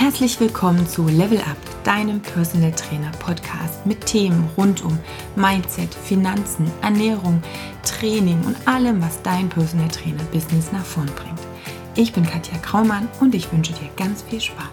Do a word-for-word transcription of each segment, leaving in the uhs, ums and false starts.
Herzlich willkommen zu Level Up, deinem Personal Trainer Podcast mit Themen rund um Mindset, Finanzen, Ernährung, Training und allem, was dein Personal Trainer Business nach vorn bringt. Ich bin Katja Kraumann und ich wünsche dir ganz viel Spaß.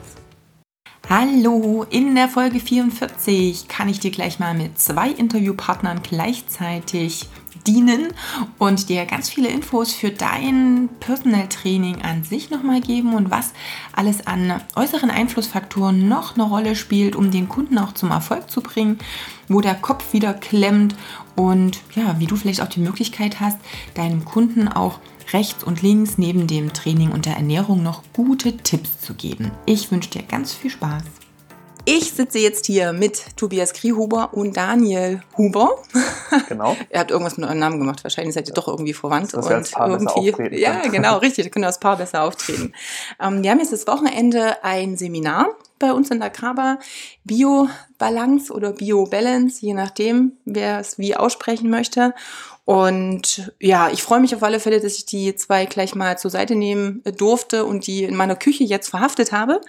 Hallo, in der Folge vierundvierzig kann ich dir gleich mal mit zwei Interviewpartnern gleichzeitig dienen und dir ganz viele Infos für dein Personal Training an sich nochmal geben und was alles an äußeren Einflussfaktoren noch eine Rolle spielt, um den Kunden auch zum Erfolg zu bringen, wo der Kopf wieder klemmt und ja, wie du vielleicht auch die Möglichkeit hast, deinem Kunden auch rechts und links neben dem Training und der Ernährung noch gute Tipps zu geben. Ich wünsche dir ganz viel Spaß. Ich sitze jetzt hier mit Tobias Kriehuber und Daniel Huber. Genau. Ihr habt irgendwas mit eurem Namen gemacht. Wahrscheinlich seid ihr doch irgendwie verwandt. Dass wir als Paar besser auftreten. Ja, genau, richtig. Da können wir als Paar besser auftreten. Ähm, wir haben jetzt das Wochenende ein Seminar bei uns in der Kraba. Bio-Balance oder Bio-Balance, je nachdem, wer es wie aussprechen möchte. Und ja, ich freue mich auf alle Fälle, dass ich die zwei gleich mal zur Seite nehmen durfte und die in meiner Küche jetzt verhaftet habe.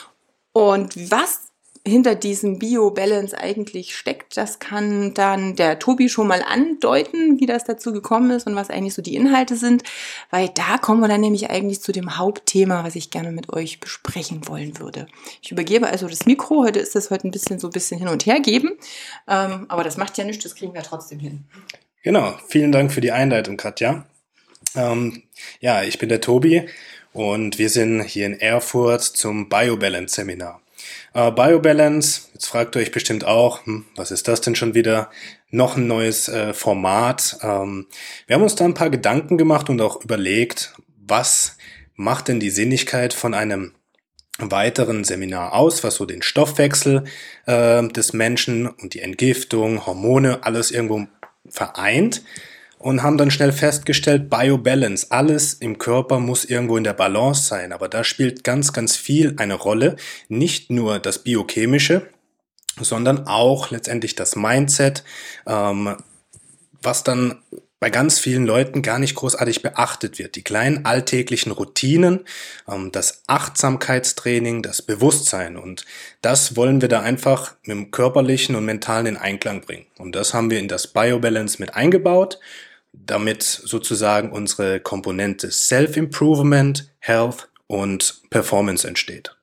Und was hinter diesem Bio-Balance eigentlich steckt, das kann dann der Tobi schon mal andeuten, wie das dazu gekommen ist und was eigentlich so die Inhalte sind, weil da kommen wir dann nämlich eigentlich zu dem Hauptthema, was ich gerne mit euch besprechen wollen würde. Ich übergebe also das Mikro, heute ist das heute ein bisschen so ein bisschen hin und her geben, ähm, aber das macht ja nichts, das kriegen wir trotzdem hin. Genau, vielen Dank für die Einleitung, Katja. Ähm, ja, ich bin der Tobi und wir sind hier in Erfurt zum Bio-Balance-Seminar. Uh, Bio-Balance, jetzt fragt ihr euch bestimmt auch, hm, was ist das denn schon wieder? Noch ein neues äh, Format. Ähm, wir haben uns da ein paar Gedanken gemacht und auch überlegt, was macht denn die Sinnigkeit von einem weiteren Seminar aus, was so den Stoffwechsel äh, des Menschen und die Entgiftung, Hormone, alles irgendwo vereint. Und haben dann schnell festgestellt, Bio-Balance, alles im Körper muss irgendwo in der Balance sein. Aber da spielt ganz, ganz viel eine Rolle. Nicht nur das Biochemische, sondern auch letztendlich das Mindset, ähm, was dann bei ganz vielen Leuten gar nicht großartig beachtet wird. Die kleinen alltäglichen Routinen, ähm, das Achtsamkeitstraining, das Bewusstsein. Und das wollen wir da einfach mit dem körperlichen und mentalen in Einklang bringen. Und das haben wir in das Bio-Balance mit eingebaut, damit sozusagen unsere Komponente Self-Improvement, Health und Performance entsteht.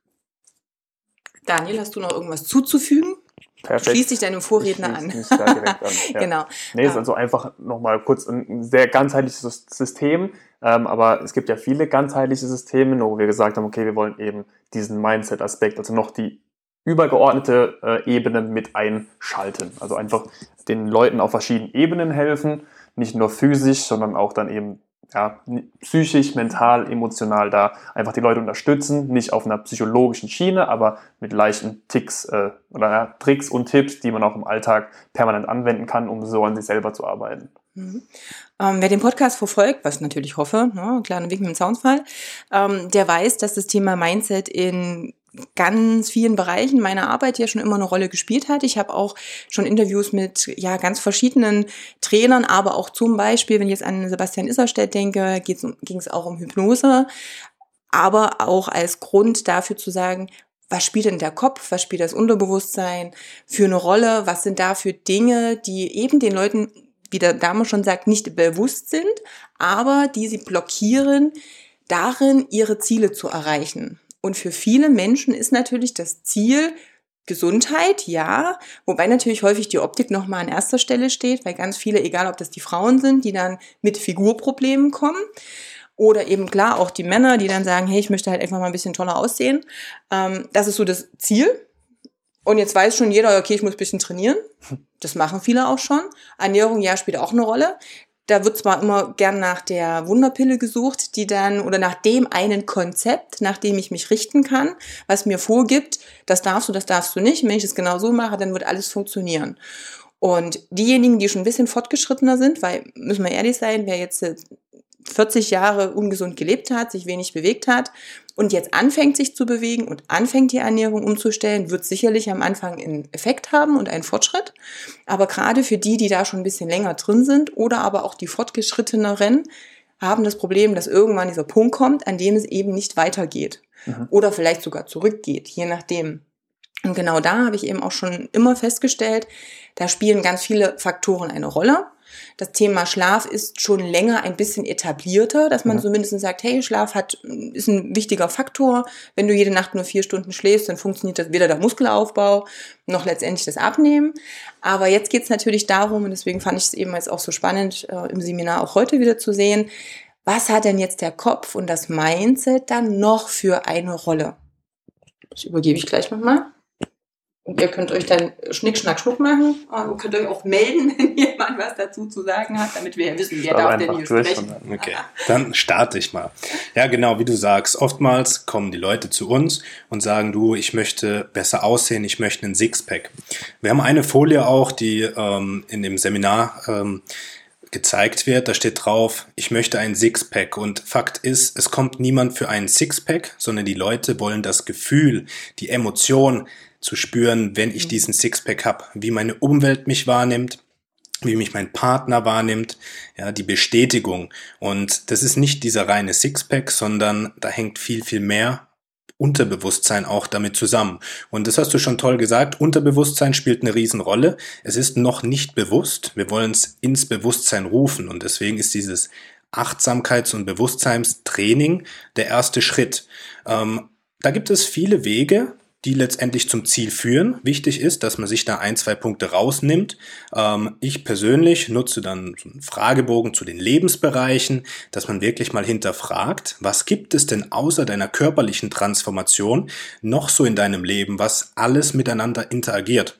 Daniel, hast du noch irgendwas zuzufügen? Perfekt. Schließ dich deinem Vorredner an. Mich da direkt an. Ja. Genau. Nee, ist also einfach nochmal kurz ein sehr ganzheitliches System, ähm, aber es gibt ja viele ganzheitliche Systeme, wo wir gesagt haben, okay, wir wollen eben diesen Mindset-Aspekt, also noch die übergeordnete äh, Ebene mit einschalten. Also einfach den Leuten auf verschiedenen Ebenen helfen, nicht nur physisch, sondern auch dann eben ja, psychisch, mental, emotional da einfach die Leute unterstützen, nicht auf einer psychologischen Schiene, aber mit leichten Ticks äh, oder ja, Tricks und Tipps, die man auch im Alltag permanent anwenden kann, um so an sich selber zu arbeiten. Mhm. Ähm, wer den Podcast verfolgt, was ich natürlich hoffe, ne, kleiner Weg mit dem Zaunfall, ähm, der weiß, dass das Thema Mindset in ganz vielen Bereichen meiner Arbeit ja schon immer eine Rolle gespielt hat. Ich habe auch schon Interviews mit ja ganz verschiedenen Trainern, aber auch zum Beispiel, wenn ich jetzt an Sebastian Isserstedt denke, ging es auch um Hypnose, aber auch als Grund dafür zu sagen, was spielt denn der Kopf, was spielt das Unterbewusstsein für eine Rolle, was sind da für Dinge, die eben den Leuten, wie der Dame schon sagt, nicht bewusst sind, aber die sie blockieren, darin ihre Ziele zu erreichen. Und für viele Menschen ist natürlich das Ziel Gesundheit, ja, wobei natürlich häufig die Optik nochmal an erster Stelle steht, weil ganz viele, egal ob das die Frauen sind, die dann mit Figurproblemen kommen oder eben klar auch die Männer, die dann sagen, hey, ich möchte halt einfach mal ein bisschen toller aussehen. Ähm, das ist so das Ziel. Und jetzt weiß schon jeder, okay, ich muss ein bisschen trainieren. Das machen viele auch schon. Ernährung, ja, spielt auch eine Rolle. Da wird zwar immer gern nach der Wunderpille gesucht, die dann, oder nach dem einen Konzept, nach dem ich mich richten kann, was mir vorgibt, das darfst du, das darfst du nicht. Wenn ich es genau so mache, dann wird alles funktionieren. Und diejenigen, die schon ein bisschen fortgeschrittener sind, weil, müssen wir ehrlich sein, wer jetzt vierzig Jahre ungesund gelebt hat, sich wenig bewegt hat und jetzt anfängt, sich zu bewegen und anfängt, die Ernährung umzustellen, wird sicherlich am Anfang einen Effekt haben und einen Fortschritt. Aber gerade für die, die da schon ein bisschen länger drin sind oder aber auch die Fortgeschritteneren, haben das Problem, dass irgendwann dieser Punkt kommt, an dem es eben nicht weitergeht. Mhm. Oder vielleicht sogar zurückgeht, je nachdem. Und genau da habe ich eben auch schon immer festgestellt, da spielen ganz viele Faktoren eine Rolle. Das Thema Schlaf ist schon länger ein bisschen etablierter, dass man ja. zumindest sagt, hey, Schlaf hat, ist ein wichtiger Faktor. Wenn du jede Nacht nur vier Stunden schläfst, dann funktioniert das weder der Muskelaufbau noch letztendlich das Abnehmen. Aber jetzt geht es natürlich darum, und deswegen fand ich es eben jetzt auch so spannend, äh, im Seminar auch heute wieder zu sehen, was hat denn jetzt der Kopf und das Mindset dann noch für eine Rolle? Das übergebe ich gleich nochmal. Und ihr könnt euch dann Schnick, Schnack, Schnuck machen. Ihr könnt euch auch melden, wenn jemand was dazu zu sagen hat, damit wir ja wissen, wer darf denn hier sprechen. Okay, dann starte ich mal. Ja, genau, wie du sagst, oftmals kommen die Leute zu uns und sagen, du, ich möchte besser aussehen, ich möchte einen Sixpack. Wir haben eine Folie auch, die ähm, in dem Seminar ähm, gezeigt wird, da steht drauf, ich möchte ein Sixpack, und Fakt ist, es kommt niemand für einen Sixpack, sondern die Leute wollen das Gefühl, die Emotion zu spüren, wenn ich diesen Sixpack habe, wie meine Umwelt mich wahrnimmt, wie mich mein Partner wahrnimmt, ja, die Bestätigung. Und das ist nicht dieser reine Sixpack, sondern da hängt viel, viel mehr Unterbewusstsein auch damit zusammen. Und das hast du schon toll gesagt, Unterbewusstsein spielt eine Riesenrolle. Es ist noch nicht bewusst, wir wollen es ins Bewusstsein rufen, und deswegen ist dieses Achtsamkeits- und Bewusstseinstraining der erste Schritt. Ähm, da gibt es viele Wege, die letztendlich zum Ziel führen. Wichtig ist, dass man sich da ein, zwei Punkte rausnimmt. Ähm, ich persönlich nutze dann so einen Fragebogen zu den Lebensbereichen, dass man wirklich mal hinterfragt, was gibt es denn außer deiner körperlichen Transformation noch so in deinem Leben, was alles miteinander interagiert.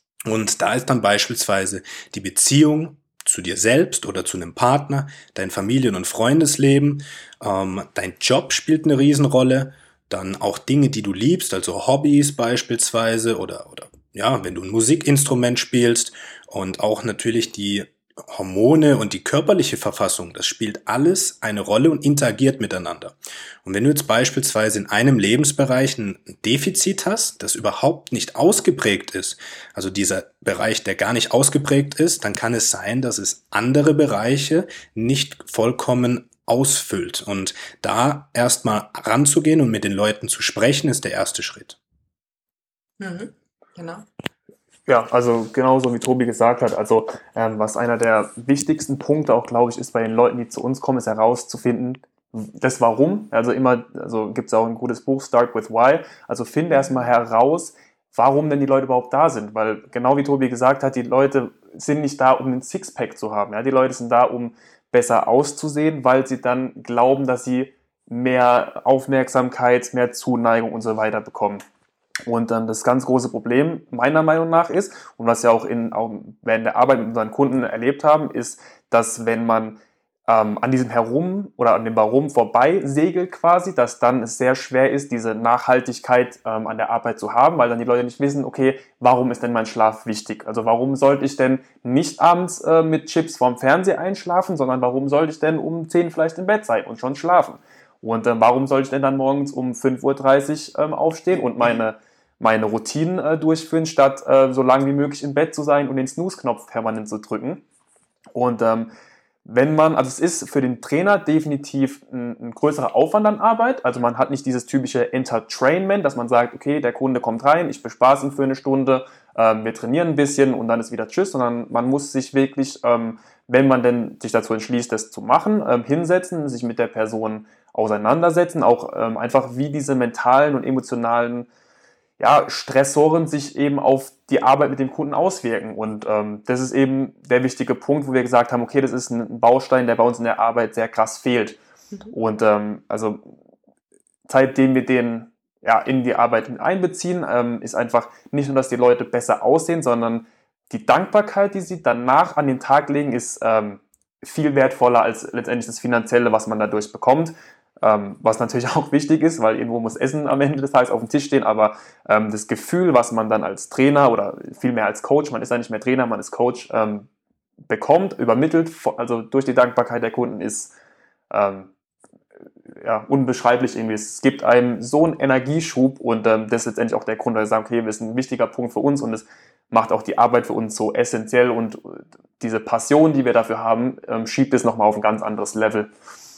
Und da ist dann beispielsweise die Beziehung zu dir selbst oder zu einem Partner, dein Familien- und Freundesleben, ähm, dein Job spielt eine Riesenrolle, dann auch Dinge, die du liebst, also Hobbys beispielsweise, oder, oder ja, wenn du ein Musikinstrument spielst, und auch natürlich die Hormone und die körperliche Verfassung, das spielt alles eine Rolle und interagiert miteinander. Und wenn du jetzt beispielsweise in einem Lebensbereich ein Defizit hast, das überhaupt nicht ausgeprägt ist, also dieser Bereich, der gar nicht ausgeprägt ist, dann kann es sein, dass es andere Bereiche nicht vollkommen ausfüllt. Und da erstmal ranzugehen und mit den Leuten zu sprechen, ist der erste Schritt. Mhm, genau. Ja, also genauso wie Tobi gesagt hat, also ähm, was einer der wichtigsten Punkte auch, glaube ich, ist bei den Leuten, die zu uns kommen, ist herauszufinden, das Warum. Also immer, also gibt es auch ein gutes Buch, Start with Why. Also finde erstmal heraus, warum denn die Leute überhaupt da sind. Weil genau wie Tobi gesagt hat, die Leute sind nicht da, um einen Sixpack zu haben. Ja? Die Leute sind da, um besser auszusehen, weil sie dann glauben, dass sie mehr Aufmerksamkeit, mehr Zuneigung und so weiter bekommen. Und ähm, das ganz große Problem meiner Meinung nach ist, und was wir auch, in, auch während der Arbeit mit unseren Kunden erlebt haben, ist, dass wenn man ähm, an diesem Herum oder an dem Warum vorbei segelt quasi, dass dann es sehr schwer ist, diese Nachhaltigkeit ähm, an der Arbeit zu haben, weil dann die Leute nicht wissen, okay, warum ist denn mein Schlaf wichtig? Also warum sollte ich denn nicht abends äh, mit Chips vorm Fernseher einschlafen, sondern warum sollte ich denn um zehn vielleicht im Bett sein und schon schlafen? Und äh, warum sollte ich denn dann morgens um fünf Uhr dreißig ähm, aufstehen und meine, meine Routinen äh, durchführen, statt äh, so lange wie möglich im Bett zu sein und den Snooze-Knopf permanent zu drücken? Und ähm, wenn man, also es ist für den Trainer definitiv ein, ein größerer Aufwand an Arbeit, also man hat nicht dieses typische Entertainment, dass man sagt, okay, der Kunde kommt rein, ich bespaße ihn für eine Stunde, ähm, wir trainieren ein bisschen und dann ist wieder Tschüss, sondern man muss sich wirklich, ähm, wenn man denn sich dazu entschließt, das zu machen, ähm, hinsetzen, sich mit der Person auseinandersetzen, auch ähm, einfach wie diese mentalen und emotionalen ja, Stressoren sich eben auf die Arbeit mit dem Kunden auswirken. Und ähm, das ist eben der wichtige Punkt, wo wir gesagt haben, okay, das ist ein Baustein, der bei uns in der Arbeit sehr krass fehlt. Mhm. Und ähm, also seitdem wir den ja, in die Arbeit mit einbeziehen, ähm, ist einfach nicht nur, dass die Leute besser aussehen, sondern die Dankbarkeit, die sie danach an den Tag legen, ist ähm, viel wertvoller als letztendlich das Finanzielle, was man dadurch bekommt. Ähm, was natürlich auch wichtig ist, weil irgendwo muss Essen am Ende des Tages auf dem Tisch stehen, aber ähm, das Gefühl, was man dann als Trainer oder vielmehr als Coach, man ist ja nicht mehr Trainer, man ist Coach, ähm, bekommt, übermittelt, also durch die Dankbarkeit der Kunden, ist ähm, ja, unbeschreiblich irgendwie. Es gibt einem so einen Energieschub und ähm, das ist letztendlich auch der Grund, weil wir sagen, okay, das ist ein wichtiger Punkt für uns und es macht auch die Arbeit für uns so essentiell und diese Passion, die wir dafür haben, ähm, schiebt es nochmal auf ein ganz anderes Level.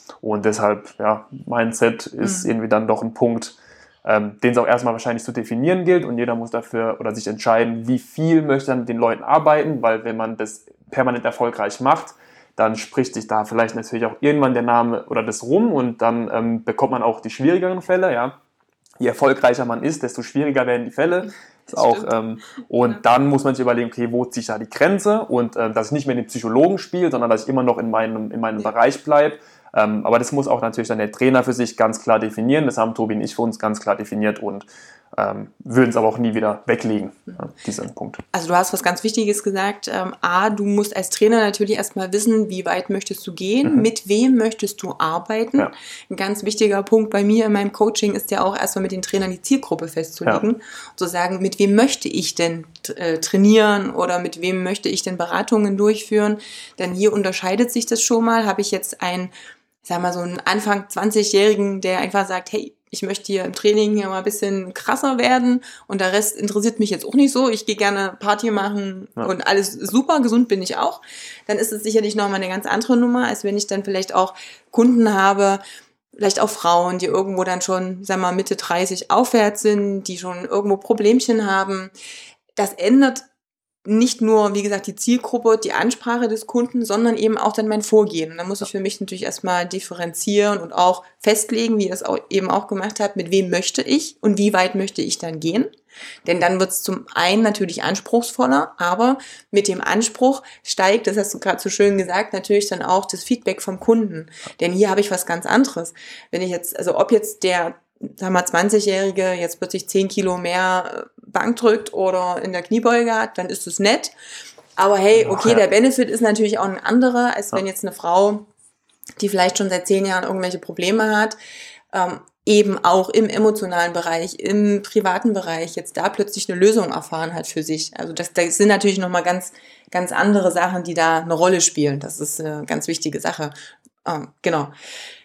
Und deshalb, ja, Mindset ist mhm. irgendwie dann doch ein Punkt, ähm, den es auch erstmal wahrscheinlich zu definieren gilt und jeder muss dafür oder sich entscheiden, wie viel möchte er mit den Leuten arbeiten, weil wenn man das permanent erfolgreich macht, dann spricht sich da vielleicht natürlich auch irgendwann der Name oder das rum und dann ähm, bekommt man auch die schwierigeren Fälle, ja. Je erfolgreicher man ist, desto schwieriger werden die Fälle. Ist auch, ähm, und ja. dann muss man sich überlegen, okay, wo ziehe ich da die Grenze und äh, dass ich nicht mehr den Psychologen spiele, sondern dass ich immer noch in meinem, in meinem ja. Bereich bleibe. Ähm, aber das muss auch natürlich dann der Trainer für sich ganz klar definieren. Das haben Tobi und ich für uns ganz klar definiert und ähm, würden es aber auch nie wieder weglegen, ja, diesen Punkt. Also du hast was ganz Wichtiges gesagt. Ähm, A, du musst als Trainer natürlich erstmal wissen, wie weit möchtest du gehen, mhm. mit wem möchtest du arbeiten. Ja. Ein ganz wichtiger Punkt bei mir in meinem Coaching ist ja auch erstmal mit den Trainern die Zielgruppe festzulegen. Ja. Und zu sagen, mit wem möchte ich denn äh, trainieren oder mit wem möchte ich denn Beratungen durchführen. Denn hier unterscheidet sich das schon mal. Habe ich jetzt einen, ich sag mal so einen Anfang zwanzigjährigen, der einfach sagt, hey, ich möchte hier im Training hier mal ein bisschen krasser werden und der Rest interessiert mich jetzt auch nicht so. Ich gehe gerne Party machen ja. und alles super, gesund bin ich auch. Dann ist es sicherlich nochmal eine ganz andere Nummer, als wenn ich dann vielleicht auch Kunden habe, vielleicht auch Frauen, die irgendwo dann schon, sagen wir mal, Mitte dreißig aufwärts sind, die schon irgendwo Problemchen haben. Das ändert nicht nur, wie gesagt, die Zielgruppe, die Ansprache des Kunden, sondern eben auch dann mein Vorgehen. Und da muss ich für mich natürlich erstmal differenzieren und auch festlegen, wie ihr das auch eben auch gemacht habt, mit wem möchte ich und wie weit möchte ich dann gehen. Denn dann wird es zum einen natürlich anspruchsvoller, aber mit dem Anspruch steigt, das hast du gerade so schön gesagt, natürlich dann auch das Feedback vom Kunden. Denn hier habe ich was ganz anderes. Wenn ich jetzt, also ob jetzt der sagen wir zwanzigjährige jetzt plötzlich zehn Kilo mehr Bank drückt oder in der Kniebeuge hat, dann ist es nett. Aber hey, okay, der Benefit ist natürlich auch ein anderer, als wenn jetzt eine Frau, die vielleicht schon seit zehn Jahren irgendwelche Probleme hat, ähm, eben auch im emotionalen Bereich, im privaten Bereich jetzt da plötzlich eine Lösung erfahren hat für sich. Also das, das sind natürlich nochmal ganz, ganz andere Sachen, die da eine Rolle spielen. Das ist eine ganz wichtige Sache. Ähm, genau.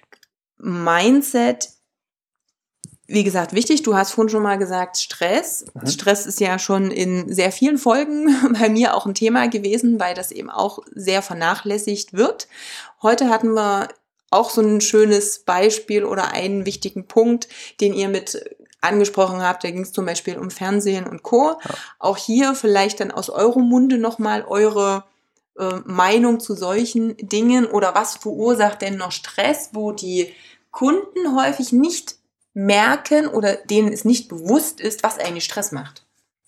Mindset, wie gesagt, wichtig, du hast vorhin schon mal gesagt, Stress. Mhm. Stress ist ja schon in sehr vielen Folgen bei mir auch ein Thema gewesen, weil das eben auch sehr vernachlässigt wird. Heute hatten wir auch so ein schönes Beispiel oder einen wichtigen Punkt, den ihr mit angesprochen habt. Da ging es zum Beispiel um Fernsehen und Co. Ja. Auch hier vielleicht dann aus eurem Munde nochmal eure äh, Meinung zu solchen Dingen oder was verursacht denn noch Stress, wo die Kunden häufig nicht merken oder denen es nicht bewusst ist, was eigentlich Stress macht.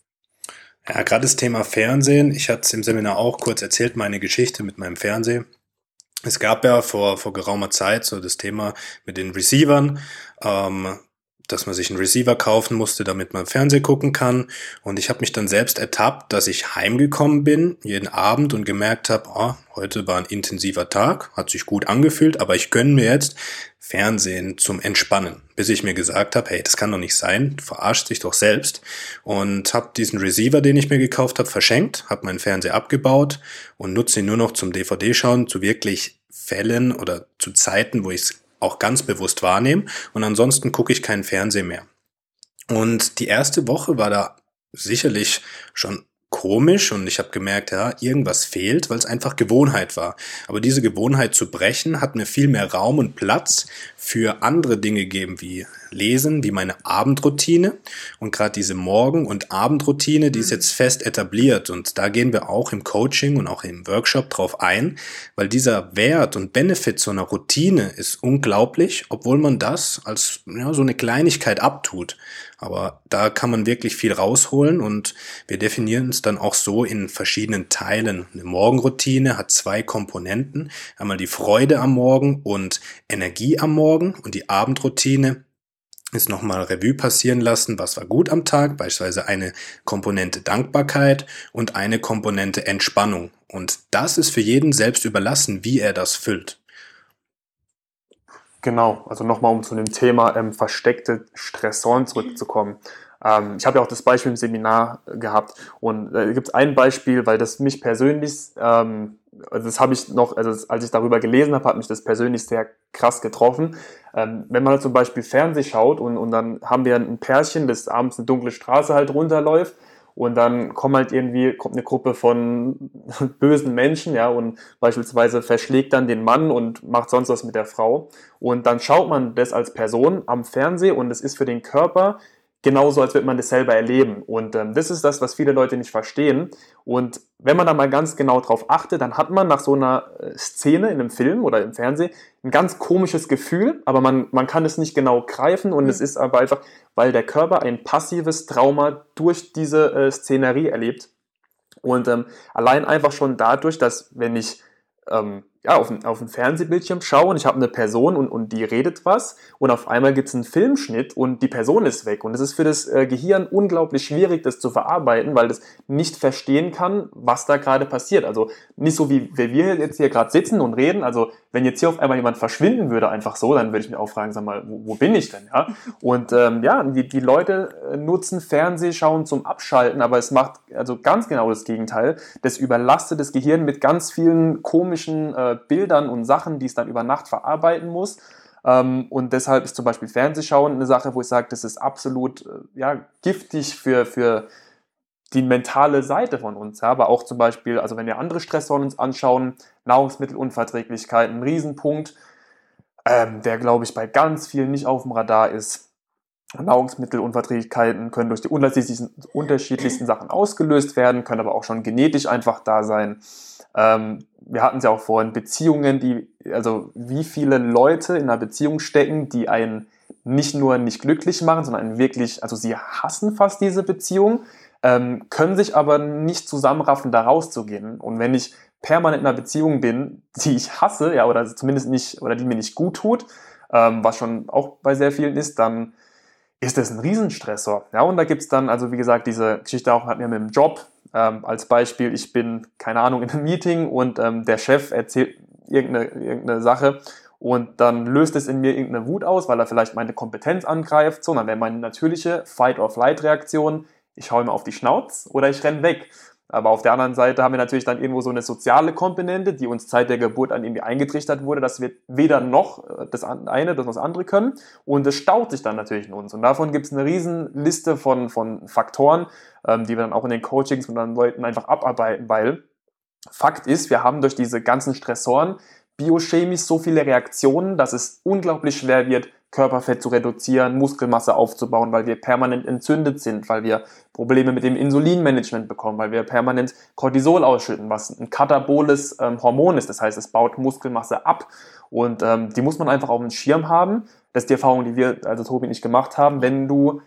Ja, gerade das Thema Fernsehen. Ich hatte es im Seminar auch kurz erzählt, meine Geschichte mit meinem Fernsehen. Es gab ja vor, vor geraumer Zeit so das Thema mit den Receivern, ähm, dass man sich einen Receiver kaufen musste, damit man Fernsehen gucken kann. Und ich habe mich dann selbst ertappt, dass ich heimgekommen bin, jeden Abend und gemerkt habe, oh, heute war ein intensiver Tag, hat sich gut angefühlt, aber ich gönne mir jetzt Fernsehen zum Entspannen, bis ich mir gesagt habe, hey, das kann doch nicht sein, du verarschst dich doch selbst. Und habe diesen Receiver, den ich mir gekauft habe, verschenkt, habe meinen Fernseher abgebaut und nutze ihn nur noch zum D V D-Schauen, zu wirklich Fällen oder zu Zeiten, wo ich es auch ganz bewusst wahrnehme. Und ansonsten gucke ich keinen Fernsehen mehr. Und die erste Woche war da sicherlich schon komisch und ich habe gemerkt, ja, irgendwas fehlt, weil es einfach Gewohnheit war. Aber diese Gewohnheit zu brechen, hat mir viel mehr Raum und Platz für andere Dinge gegeben, wie Lesen, wie meine Abendroutine. Und gerade diese Morgen- und Abendroutine, die ist jetzt fest etabliert. Und da gehen wir auch im Coaching und auch im Workshop drauf ein, weil dieser Wert und Benefit so einer Routine ist unglaublich, obwohl man das als ja, so eine Kleinigkeit abtut. Aber da kann man wirklich viel rausholen und wir definieren es dann auch so in verschiedenen Teilen. Eine Morgenroutine hat zwei Komponenten. Einmal die Freude am Morgen und Energie am Morgen und die Abendroutine ist nochmal Revue passieren lassen, was war gut am Tag, beispielsweise eine Komponente Dankbarkeit und eine Komponente Entspannung. Und das ist für jeden selbst überlassen, wie er das füllt. Genau, also nochmal um zu dem Thema ähm, versteckte Stressoren zurückzukommen. Ähm, ich habe ja auch das Beispiel im Seminar gehabt und da äh, gibt es ein Beispiel, weil das mich persönlich, ähm, also das habe ich noch, also als ich darüber gelesen habe, hat mich das persönlich sehr krass getroffen. Ähm, wenn man halt zum Beispiel Fernsehen schaut und, und dann haben wir ein Pärchen, das abends eine dunkle Straße halt runterläuft Und dann kommt halt irgendwie, kommt eine Gruppe von bösen Menschen, ja, und beispielsweise verschlägt dann den Mann und macht sonst was mit der Frau. Und dann schaut man das als Person am Fernsehen und es ist für den Körper genauso, als würde man das selber erleben. Und ähm, das ist das, was viele Leute nicht verstehen. Und wenn man da mal ganz genau drauf achtet, dann hat man nach so einer äh, Szene in einem Film oder im Fernsehen ein ganz komisches Gefühl, aber man, man kann es nicht genau greifen und mhm. es ist aber einfach, weil der Körper ein passives Trauma durch diese äh, Szenerie erlebt. Und ähm, allein einfach schon dadurch, dass wenn ich ähm, ja, auf ein, auf ein Fernsehbildschirm schaue und ich habe eine Person und, und die redet was und auf einmal gibt es einen Filmschnitt und die Person ist weg. Und es ist für das äh, Gehirn unglaublich schwierig, das zu verarbeiten, weil das nicht verstehen kann, was da gerade passiert. Also nicht so, wie, wie wir jetzt hier gerade sitzen und reden. Also wenn jetzt hier auf einmal jemand verschwinden würde, einfach so, dann würde ich mich auch fragen, sag mal, wo, wo bin ich denn? Ja? Und ähm, ja, die, die Leute nutzen Fernsehschauen zum Abschalten, aber es macht also ganz genau das Gegenteil. Das überlastet das Gehirn mit ganz vielen komischen äh, Bildern und Sachen, die es dann über Nacht verarbeiten muss. Ähm, und deshalb ist zum Beispiel Fernsehschauen eine Sache, wo ich sage, das ist absolut äh, ja, giftig für, für die mentale Seite von uns. Ja? Aber auch zum Beispiel, also wenn wir andere Stressoren uns anschauen, Nahrungsmittelunverträglichkeit, ein Riesenpunkt, ähm, der, glaube ich, bei ganz vielen nicht auf dem Radar ist. Nahrungsmittelunverträglichkeiten können durch die unterschiedlichsten, unterschiedlichsten Sachen ausgelöst werden, können aber auch schon genetisch einfach da sein. Ähm, wir hatten es ja auch vorhin, Beziehungen, die, also wie viele Leute in einer Beziehung stecken, die einen nicht nur nicht glücklich machen, sondern einen wirklich, also sie hassen fast diese Beziehung, ähm, können sich aber nicht zusammenraffen, da rauszugehen. Und wenn ich permanent in einer Beziehung bin, die ich hasse, ja, oder zumindest nicht, oder die mir nicht gut tut, ähm, was schon auch bei sehr vielen ist, dann ist das ein Riesenstressor. Ja, und da gibt es dann, also wie gesagt, diese Geschichte auch hatten wir mit dem Job. Ähm, als Beispiel, ich bin, keine Ahnung, in einem Meeting und ähm, der Chef erzählt irgendeine, irgendeine Sache und dann löst es in mir irgendeine Wut aus, weil er vielleicht meine Kompetenz angreift. So, dann wäre meine natürliche Fight-or-Flight-Reaktion, ich hau ihm auf die Schnauze oder ich renne weg. Aber auf der anderen Seite haben wir natürlich dann irgendwo so eine soziale Komponente, die uns seit der Geburt an irgendwie eingetrichtert wurde, dass wir weder noch das eine, noch das andere können. Und es staut sich dann natürlich in uns. Und davon gibt es eine riesen Liste von, von Faktoren, ähm, die wir dann auch in den Coachings mit unseren Leuten einfach abarbeiten, weil Fakt ist, wir haben durch diese ganzen Stressoren biochemisch so viele Reaktionen, dass es unglaublich schwer wird, Körperfett zu reduzieren, Muskelmasse aufzubauen, weil wir permanent entzündet sind, weil wir Probleme mit dem Insulinmanagement bekommen, weil wir permanent Cortisol ausschütten, was ein kataboles ähm, Hormon ist. Das heißt, es baut Muskelmasse ab und ähm, die muss man einfach auf dem Schirm haben. Das ist die Erfahrung, die wir, also Tobi und ich, gemacht haben, wenn du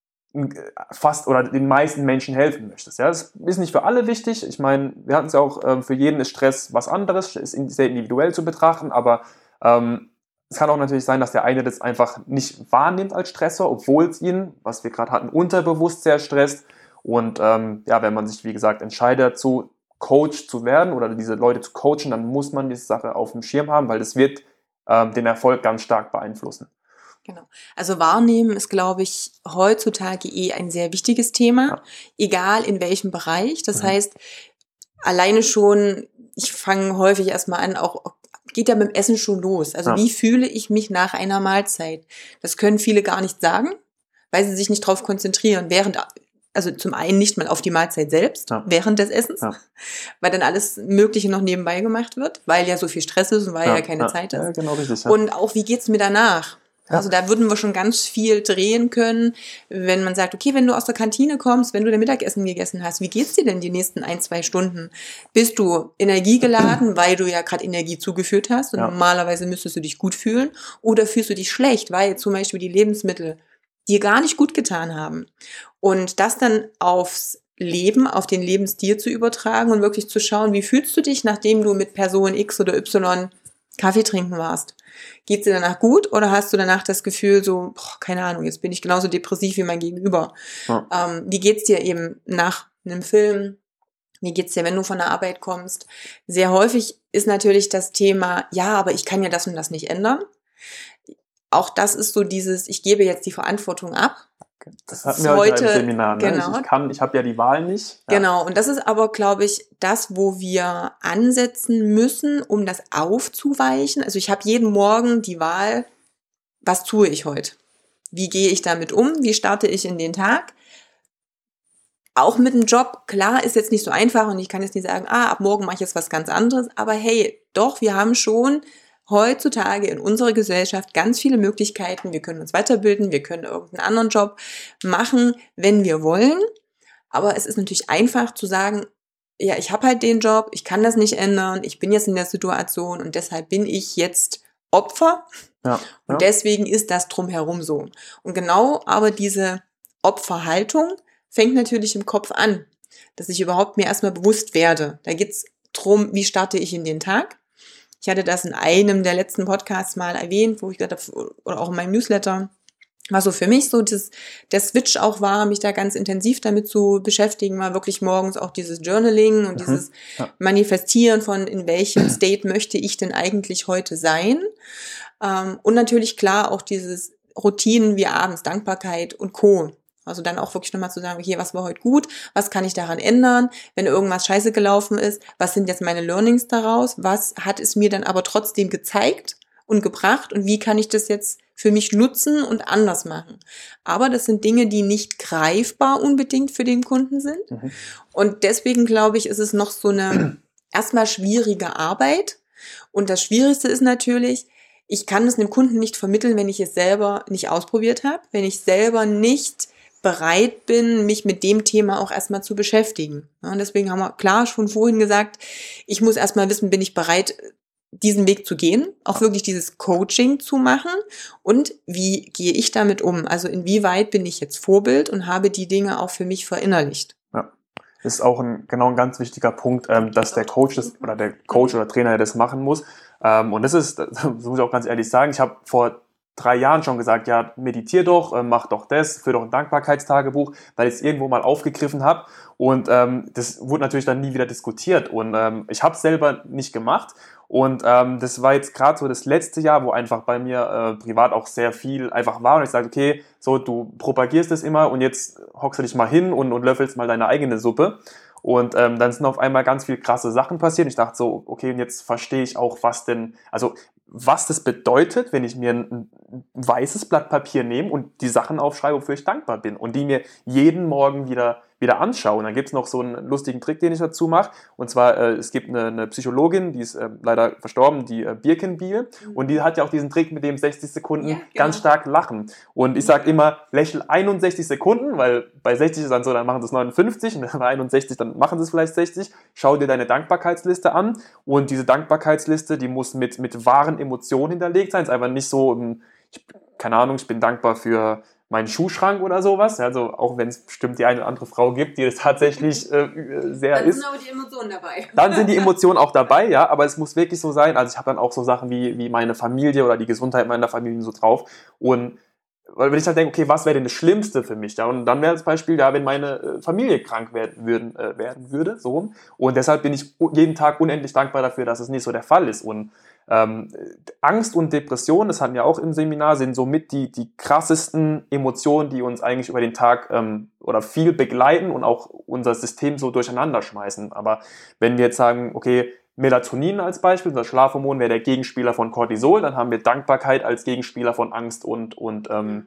fast oder den meisten Menschen helfen möchtest. Ja, das ist nicht für alle wichtig. Ich meine, wir hatten es ja auch, ähm, für jeden ist Stress was anderes, ist sehr individuell zu betrachten, aber ähm, es kann auch natürlich sein, dass der eine das einfach nicht wahrnimmt als Stressor, obwohl es ihn, was wir gerade hatten, unterbewusst sehr stresst. Und ähm, ja, wenn man sich, wie gesagt, entscheidet dazu, Coach zu werden oder diese Leute zu coachen, dann muss man diese Sache auf dem Schirm haben, weil das wird ähm, den Erfolg ganz stark beeinflussen. Genau. Also Wahrnehmen ist, glaube ich, heutzutage eh ein sehr wichtiges Thema, ja. Egal in welchem Bereich. Das mhm. heißt, alleine schon, ich fange häufig erstmal an, auch geht ja mit dem Essen schon los. Also ja. Wie fühle ich mich nach einer Mahlzeit? Das können viele gar nicht sagen, weil sie sich nicht drauf konzentrieren, während, also zum einen nicht mal auf die Mahlzeit selbst, ja. während des Essens, ja. weil dann alles Mögliche noch nebenbei gemacht wird, weil ja so viel Stress ist und weil ja, ja keine ja. Zeit ist. Ja, genau richtig, ja. Und auch, wie geht's mir danach? Ja. Also da würden wir schon ganz viel drehen können, wenn man sagt, okay, wenn du aus der Kantine kommst, wenn du dein Mittagessen gegessen hast, wie geht's dir denn die nächsten ein, zwei Stunden? Bist du energiegeladen, weil du ja gerade Energie zugeführt hast und ja. normalerweise müsstest du dich gut fühlen, oder fühlst du dich schlecht, weil zum Beispiel die Lebensmittel dir gar nicht gut getan haben? Und das dann aufs Leben, auf den Lebensstil zu übertragen und wirklich zu schauen, wie fühlst du dich, nachdem du mit Person X oder Y Kaffee trinken warst? Geht's dir danach gut oder hast du danach das Gefühl so, boah, keine Ahnung, jetzt bin ich genauso depressiv wie mein Gegenüber? Ja. Ähm, wie geht's dir eben nach einem Film? Wie geht's dir, wenn du von der Arbeit kommst? Sehr häufig ist natürlich das Thema, ja, aber ich kann ja das und das nicht ändern. Auch das ist so dieses, ich gebe jetzt die Verantwortung ab. Das hatten wir heute im Seminar. Ne? Genau. Ich, ich kann, ich habe ja die Wahl nicht. Ja. Genau. Und das ist aber, glaube ich, das, wo wir ansetzen müssen, um das aufzuweichen. Also ich habe jeden Morgen die Wahl, was tue ich heute? Wie gehe ich damit um? Wie starte ich in den Tag? auch mit dem Job, klar, ist jetzt nicht so einfach und ich kann jetzt nicht sagen, ah, ab morgen mache ich jetzt was ganz anderes, aber hey, doch, wir haben schon heutzutage in unserer Gesellschaft ganz viele Möglichkeiten. Wir können uns weiterbilden, wir können irgendeinen anderen Job machen, wenn wir wollen. Aber es ist natürlich einfach zu sagen, ja, ich habe halt den Job, ich kann das nicht ändern, ich bin jetzt in der Situation und deshalb bin ich jetzt Opfer. Ja, ja. Und deswegen ist das drumherum so. Und genau aber diese Opferhaltung fängt natürlich im Kopf an, dass ich überhaupt mir erstmal bewusst werde. Da geht's drum, wie starte ich in den Tag. Ich hatte das in einem der letzten Podcasts mal erwähnt, wo ich gesagt habe, oder auch in meinem Newsletter, was so für mich so das, der Switch auch war, mich da ganz intensiv damit zu beschäftigen, war wirklich morgens auch dieses Journaling und Mhm. dieses Ja. Manifestieren von, in welchem State möchte ich denn eigentlich heute sein. Ähm, und natürlich klar auch dieses Routinen wie abends, Dankbarkeit und Co. Also dann auch wirklich nochmal zu sagen, okay, was war heute gut, was kann ich daran ändern, wenn irgendwas scheiße gelaufen ist, was sind jetzt meine Learnings daraus, was hat es mir dann aber trotzdem gezeigt und gebracht und wie kann ich das jetzt für mich nutzen und anders machen. Aber das sind Dinge, die nicht greifbar unbedingt für den Kunden sind. Mhm. Und deswegen glaube ich, ist es noch so eine erstmal schwierige Arbeit. Und das Schwierigste ist natürlich, ich kann es dem Kunden nicht vermitteln, wenn ich es selber nicht ausprobiert habe, wenn ich selber nicht bereit bin, mich mit dem Thema auch erstmal zu beschäftigen. Ja, und deswegen haben wir klar schon vorhin gesagt, ich muss erstmal wissen, bin ich bereit, diesen Weg zu gehen, auch wirklich dieses Coaching zu machen und wie gehe ich damit um? Also inwieweit bin ich jetzt Vorbild und habe die Dinge auch für mich verinnerlicht? Ja. Das ist auch ein, genau ein ganz wichtiger Punkt, ähm, dass der Coach das, oder der Coach oder Trainer das machen muss. Ähm, und das ist, das muss ich auch ganz ehrlich sagen, ich habe vor drei Jahren schon gesagt, ja, meditier doch, äh, mach doch das, führ doch ein Dankbarkeitstagebuch, weil ich es irgendwo mal aufgegriffen habe und ähm, das wurde natürlich dann nie wieder diskutiert und ähm, ich habe es selber nicht gemacht und ähm, das war jetzt gerade so das letzte Jahr, wo einfach bei mir äh, privat auch sehr viel einfach war und ich sage, okay, so du propagierst es immer und jetzt hockst du dich mal hin und, und löffelst mal deine eigene Suppe. Und ähm, dann sind auf einmal ganz viel krasse Sachen passiert. Ich dachte so, okay, und jetzt verstehe ich auch, was denn, also was das bedeutet, wenn ich mir ein, ein weißes Blatt Papier nehme und die Sachen aufschreibe, wofür ich dankbar bin und die mir jeden Morgen wieder, wieder anschaue. Und dann gibt es noch so einen lustigen Trick, den ich dazu mache. Und zwar, äh, es gibt eine, eine Psychologin, die ist äh, leider verstorben, die äh, Birkenbiel. Mhm. Und die hat ja auch diesen Trick mit dem sechzig Sekunden ja, genau. ganz stark lachen. Und ich sage immer, lächel einundsechzig Sekunden, weil bei sechzig ist dann so, dann machen sie es neunundfünfzig und bei einundsechzig, dann machen sie es vielleicht sechzig. Schau dir deine Dankbarkeitsliste an und diese Dankbarkeitsliste, die muss mit, mit wahren Emotionen hinterlegt sein. Es ist einfach nicht so, ich, keine Ahnung, ich bin dankbar für meinen Schuhschrank oder sowas. Also auch wenn es bestimmt die eine oder andere Frau gibt, die das tatsächlich äh, sehr dann ist. Dann sind aber die Emotionen dabei. Dann sind die Emotionen auch dabei, ja. Aber es muss wirklich so sein. Also ich habe dann auch so Sachen wie, wie meine Familie oder die Gesundheit meiner Familie so drauf. Und weil wenn ich halt denke, okay, was wäre denn das Schlimmste für mich? Ja? Und dann wäre das Beispiel, ja, wenn meine Familie krank werden, würden, äh, werden würde. So. Und deshalb bin ich jeden Tag unendlich dankbar dafür, dass es nicht so der Fall ist. Und Ähm, Angst und Depression, das hatten wir auch im Seminar, sind somit die, die krassesten Emotionen, die uns eigentlich über den Tag ähm, oder viel begleiten und auch unser System so durcheinander schmeißen. Aber wenn wir jetzt sagen, okay, Melatonin als Beispiel, das Schlafhormon wäre der Gegenspieler von Cortisol, dann haben wir Dankbarkeit als Gegenspieler von Angst und, und ähm,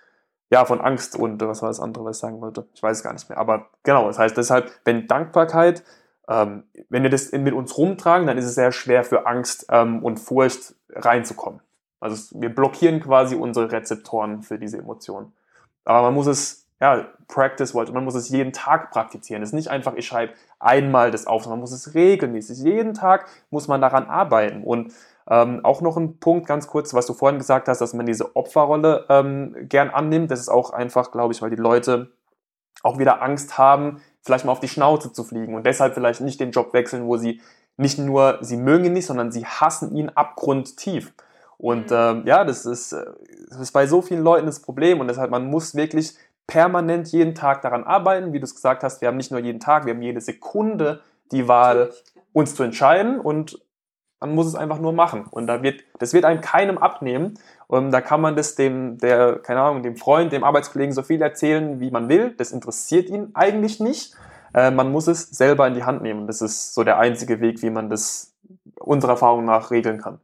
ja, von Angst und was war das andere, was ich sagen wollte? Ich weiß es gar nicht mehr. Aber genau, das heißt deshalb, wenn Dankbarkeit Ähm, wenn wir das mit uns rumtragen, dann ist es sehr schwer für Angst ähm, und Furcht reinzukommen. Also es, wir blockieren quasi unsere Rezeptoren für diese Emotionen. Aber man muss es, ja, practice what, man muss es jeden Tag praktizieren. Es ist nicht einfach, ich schreibe einmal das auf, sondern man muss es regelmäßig, jeden Tag muss man daran arbeiten. Und ähm, auch noch ein Punkt, ganz kurz, was du vorhin gesagt hast, dass man diese Opferrolle ähm, gern annimmt. Das ist auch einfach, glaube ich, weil die Leute auch wieder Angst haben, vielleicht mal auf die Schnauze zu fliegen und deshalb vielleicht nicht den Job wechseln, wo sie nicht nur, sie mögen ihn nicht, sondern sie hassen ihn abgrundtief. Und ähm, ja, das ist, das ist bei so vielen Leuten das Problem und deshalb, man muss wirklich permanent jeden Tag daran arbeiten, wie du es gesagt hast, wir haben nicht nur jeden Tag, wir haben jede Sekunde die Wahl, uns zu entscheiden und man muss es einfach nur machen und da wird, das wird einem keinem abnehmen und da kann man das dem, der, keine Ahnung, dem Freund, dem Arbeitskollegen so viel erzählen, wie man will, das interessiert ihn eigentlich nicht, äh, man muss es selber in die Hand nehmen, das ist so der einzige Weg, wie man das unserer Erfahrung nach regeln kann.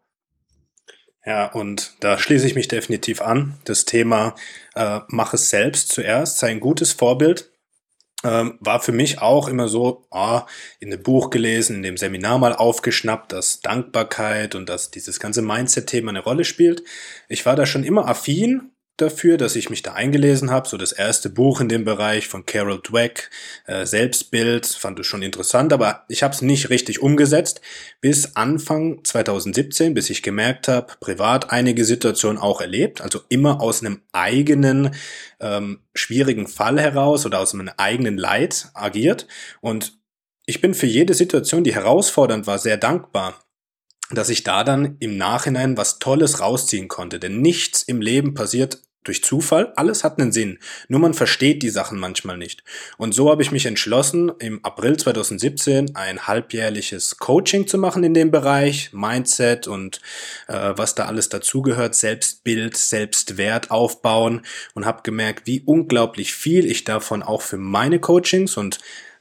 Ja, und da schließe ich mich definitiv an, das Thema äh, mach es selbst zuerst, sei ein gutes Vorbild. ähm, war für mich auch immer so, ah, in dem Buch gelesen, in dem Seminar mal aufgeschnappt, dass Dankbarkeit und dass dieses ganze Mindset-Thema eine Rolle spielt. Ich war da schon immer affin dafür, dass ich mich da eingelesen habe. So das erste Buch in dem Bereich von Carol Dweck, äh, Selbstbild, fand ich schon interessant, aber ich habe es nicht richtig umgesetzt bis Anfang zwanzig siebzehn, bis ich gemerkt habe, privat einige Situationen auch erlebt, also immer aus einem eigenen ähm, schwierigen Fall heraus oder aus einem eigenen Leid agiert. Und ich bin für jede Situation, die herausfordernd war, sehr dankbar, dass ich da dann im Nachhinein was Tolles rausziehen konnte. Denn nichts im Leben passiert durch Zufall, alles hat einen Sinn. Nur man versteht die Sachen manchmal nicht. Und so habe ich mich entschlossen, im April zwanzig siebzehn ein halbjährliches Coaching zu machen in dem Bereich Mindset und äh, was da alles dazugehört, Selbstbild, Selbstwert aufbauen, und habe gemerkt, wie unglaublich viel ich davon auch für meine Coachings und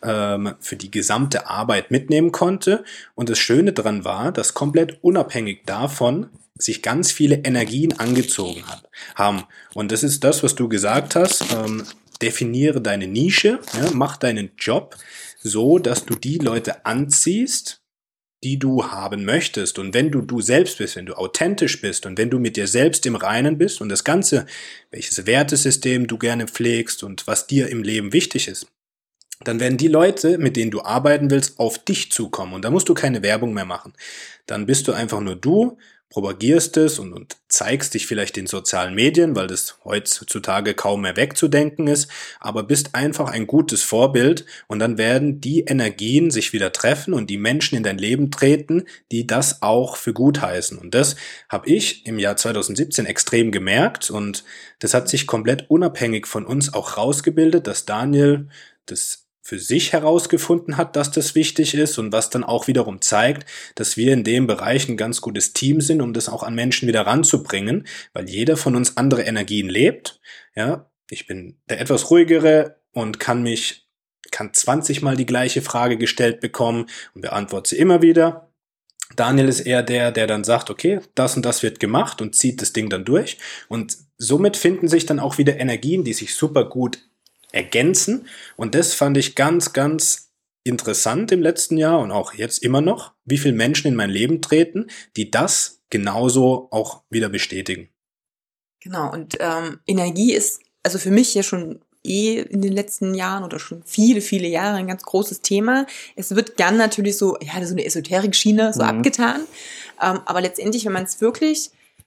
für die gesamte Arbeit mitnehmen konnte. Und das Schöne dran war, dass komplett unabhängig davon sich ganz viele Energien angezogen hat, haben. Und das ist das, was du gesagt hast. Ähm, definiere deine Nische, ja, mach deinen Job so, dass du die Leute anziehst, die du haben möchtest. Und wenn du du selbst bist, wenn du authentisch bist und wenn du mit dir selbst im Reinen bist und das Ganze, welches Wertesystem du gerne pflegst und was dir im Leben wichtig ist, dann werden die Leute, mit denen du arbeiten willst, auf dich zukommen. Und da musst du keine Werbung mehr machen. Dann bist du einfach nur du, propagierst es und, und zeigst dich vielleicht in sozialen Medien, weil das heutzutage kaum mehr wegzudenken ist, aber bist einfach ein gutes Vorbild, und dann werden die Energien sich wieder treffen und die Menschen in dein Leben treten, die das auch für gut heißen. Und das habe ich im Jahr zwanzig siebzehn extrem gemerkt, und das hat sich komplett unabhängig von uns auch rausgebildet, dass Daniel das für sich herausgefunden hat, dass das wichtig ist, und was dann auch wiederum zeigt, dass wir in dem Bereich ein ganz gutes Team sind, um das auch an Menschen wieder ranzubringen, weil jeder von uns andere Energien lebt. Ja, ich bin der etwas ruhigere und kann mich, kann zwanzig Mal die gleiche Frage gestellt bekommen und beantworte sie immer wieder. Daniel ist eher der, der dann sagt, okay, das und das wird gemacht und zieht das Ding dann durch, und somit finden sich dann auch wieder Energien, die sich super gut ergänzen, und das fand ich ganz, ganz interessant im letzten Jahr und auch jetzt immer noch, wie viele Menschen in mein Leben treten, die das genauso auch wieder bestätigen. Genau, und ähm, Energie ist also für mich ja schon eh in den letzten Jahren oder schon viele, viele Jahre ein ganz großes Thema. Es wird gern natürlich so, ja, so eine Esoterik-Schiene so mhm. abgetan, ähm, aber letztendlich, wenn man es wirklich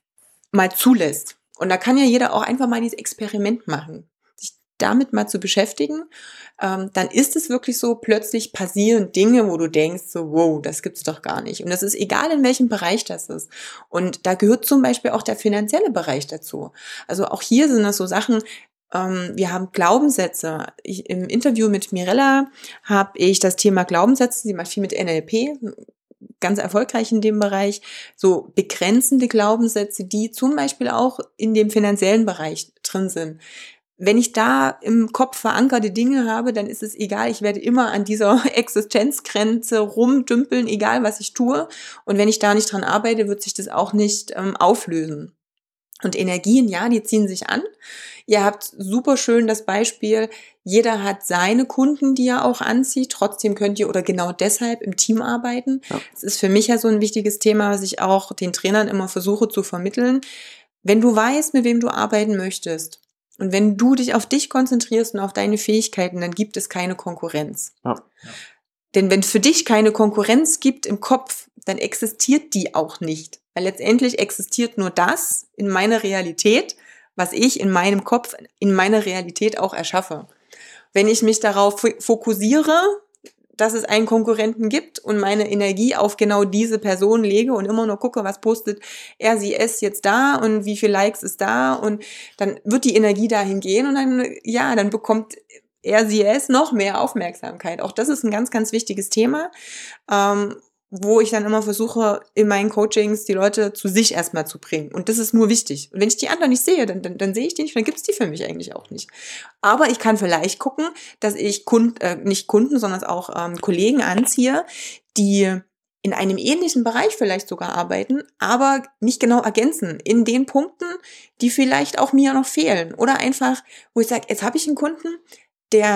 mal zulässt, und da kann ja jeder auch einfach mal dieses Experiment machen, damit mal zu beschäftigen, ähm, dann ist es wirklich so, plötzlich passieren Dinge, wo du denkst, so, wow, das gibt's doch gar nicht. Und das ist egal, in welchem Bereich das ist. Und da gehört zum Beispiel auch der finanzielle Bereich dazu. Also auch hier sind das so Sachen, ähm, wir haben Glaubenssätze. Ich, im Interview mit Mirella habe ich das Thema Glaubenssätze, sie macht viel mit N L P, ganz erfolgreich in dem Bereich, so begrenzende Glaubenssätze, die zum Beispiel auch in dem finanziellen Bereich drin sind. Wenn ich da im Kopf verankerte Dinge habe, dann ist es egal, ich werde immer an dieser Existenzgrenze rumdümpeln, egal was ich tue. Und wenn ich da nicht dran arbeite, wird sich das auch nicht ähm, auflösen. Und Energien, ja, die ziehen sich an. Ihr habt super schön das Beispiel, jeder hat seine Kunden, die er auch anzieht. Trotzdem könnt ihr oder genau deshalb im Team arbeiten. Ja. Das ist für mich ja so ein wichtiges Thema, was ich auch den Trainern immer versuche zu vermitteln. Wenn du weißt, mit wem du arbeiten möchtest, und wenn du dich auf dich konzentrierst und auf deine Fähigkeiten, dann gibt es keine Konkurrenz. Ja. Ja. Denn wenn es für dich keine Konkurrenz gibt im Kopf, dann existiert die auch nicht. Weil letztendlich existiert nur das in meiner Realität, was ich in meinem Kopf, in meiner Realität auch erschaffe. Wenn ich mich darauf fokussiere, dass es einen Konkurrenten gibt und meine Energie auf genau diese Person lege und immer nur gucke, was postet er, sie, es jetzt da und wie viele Likes ist da, und dann wird die Energie dahin gehen und dann, ja, dann bekommt er, sie, es noch mehr Aufmerksamkeit. Auch das ist ein ganz, ganz wichtiges Thema, ähm, wo ich dann immer versuche, in meinen Coachings die Leute zu sich erstmal zu bringen. Und das ist nur wichtig. Und wenn ich die anderen nicht sehe, dann, dann, dann sehe ich die nicht, dann gibt's die für mich eigentlich auch nicht. Aber ich kann vielleicht gucken, dass ich Kunden, äh, nicht Kunden, sondern auch ähm, Kollegen anziehe, die in einem ähnlichen Bereich vielleicht sogar arbeiten, aber mich genau ergänzen in den Punkten, die vielleicht auch mir noch fehlen. Oder einfach, wo ich sage, jetzt habe ich einen Kunden, der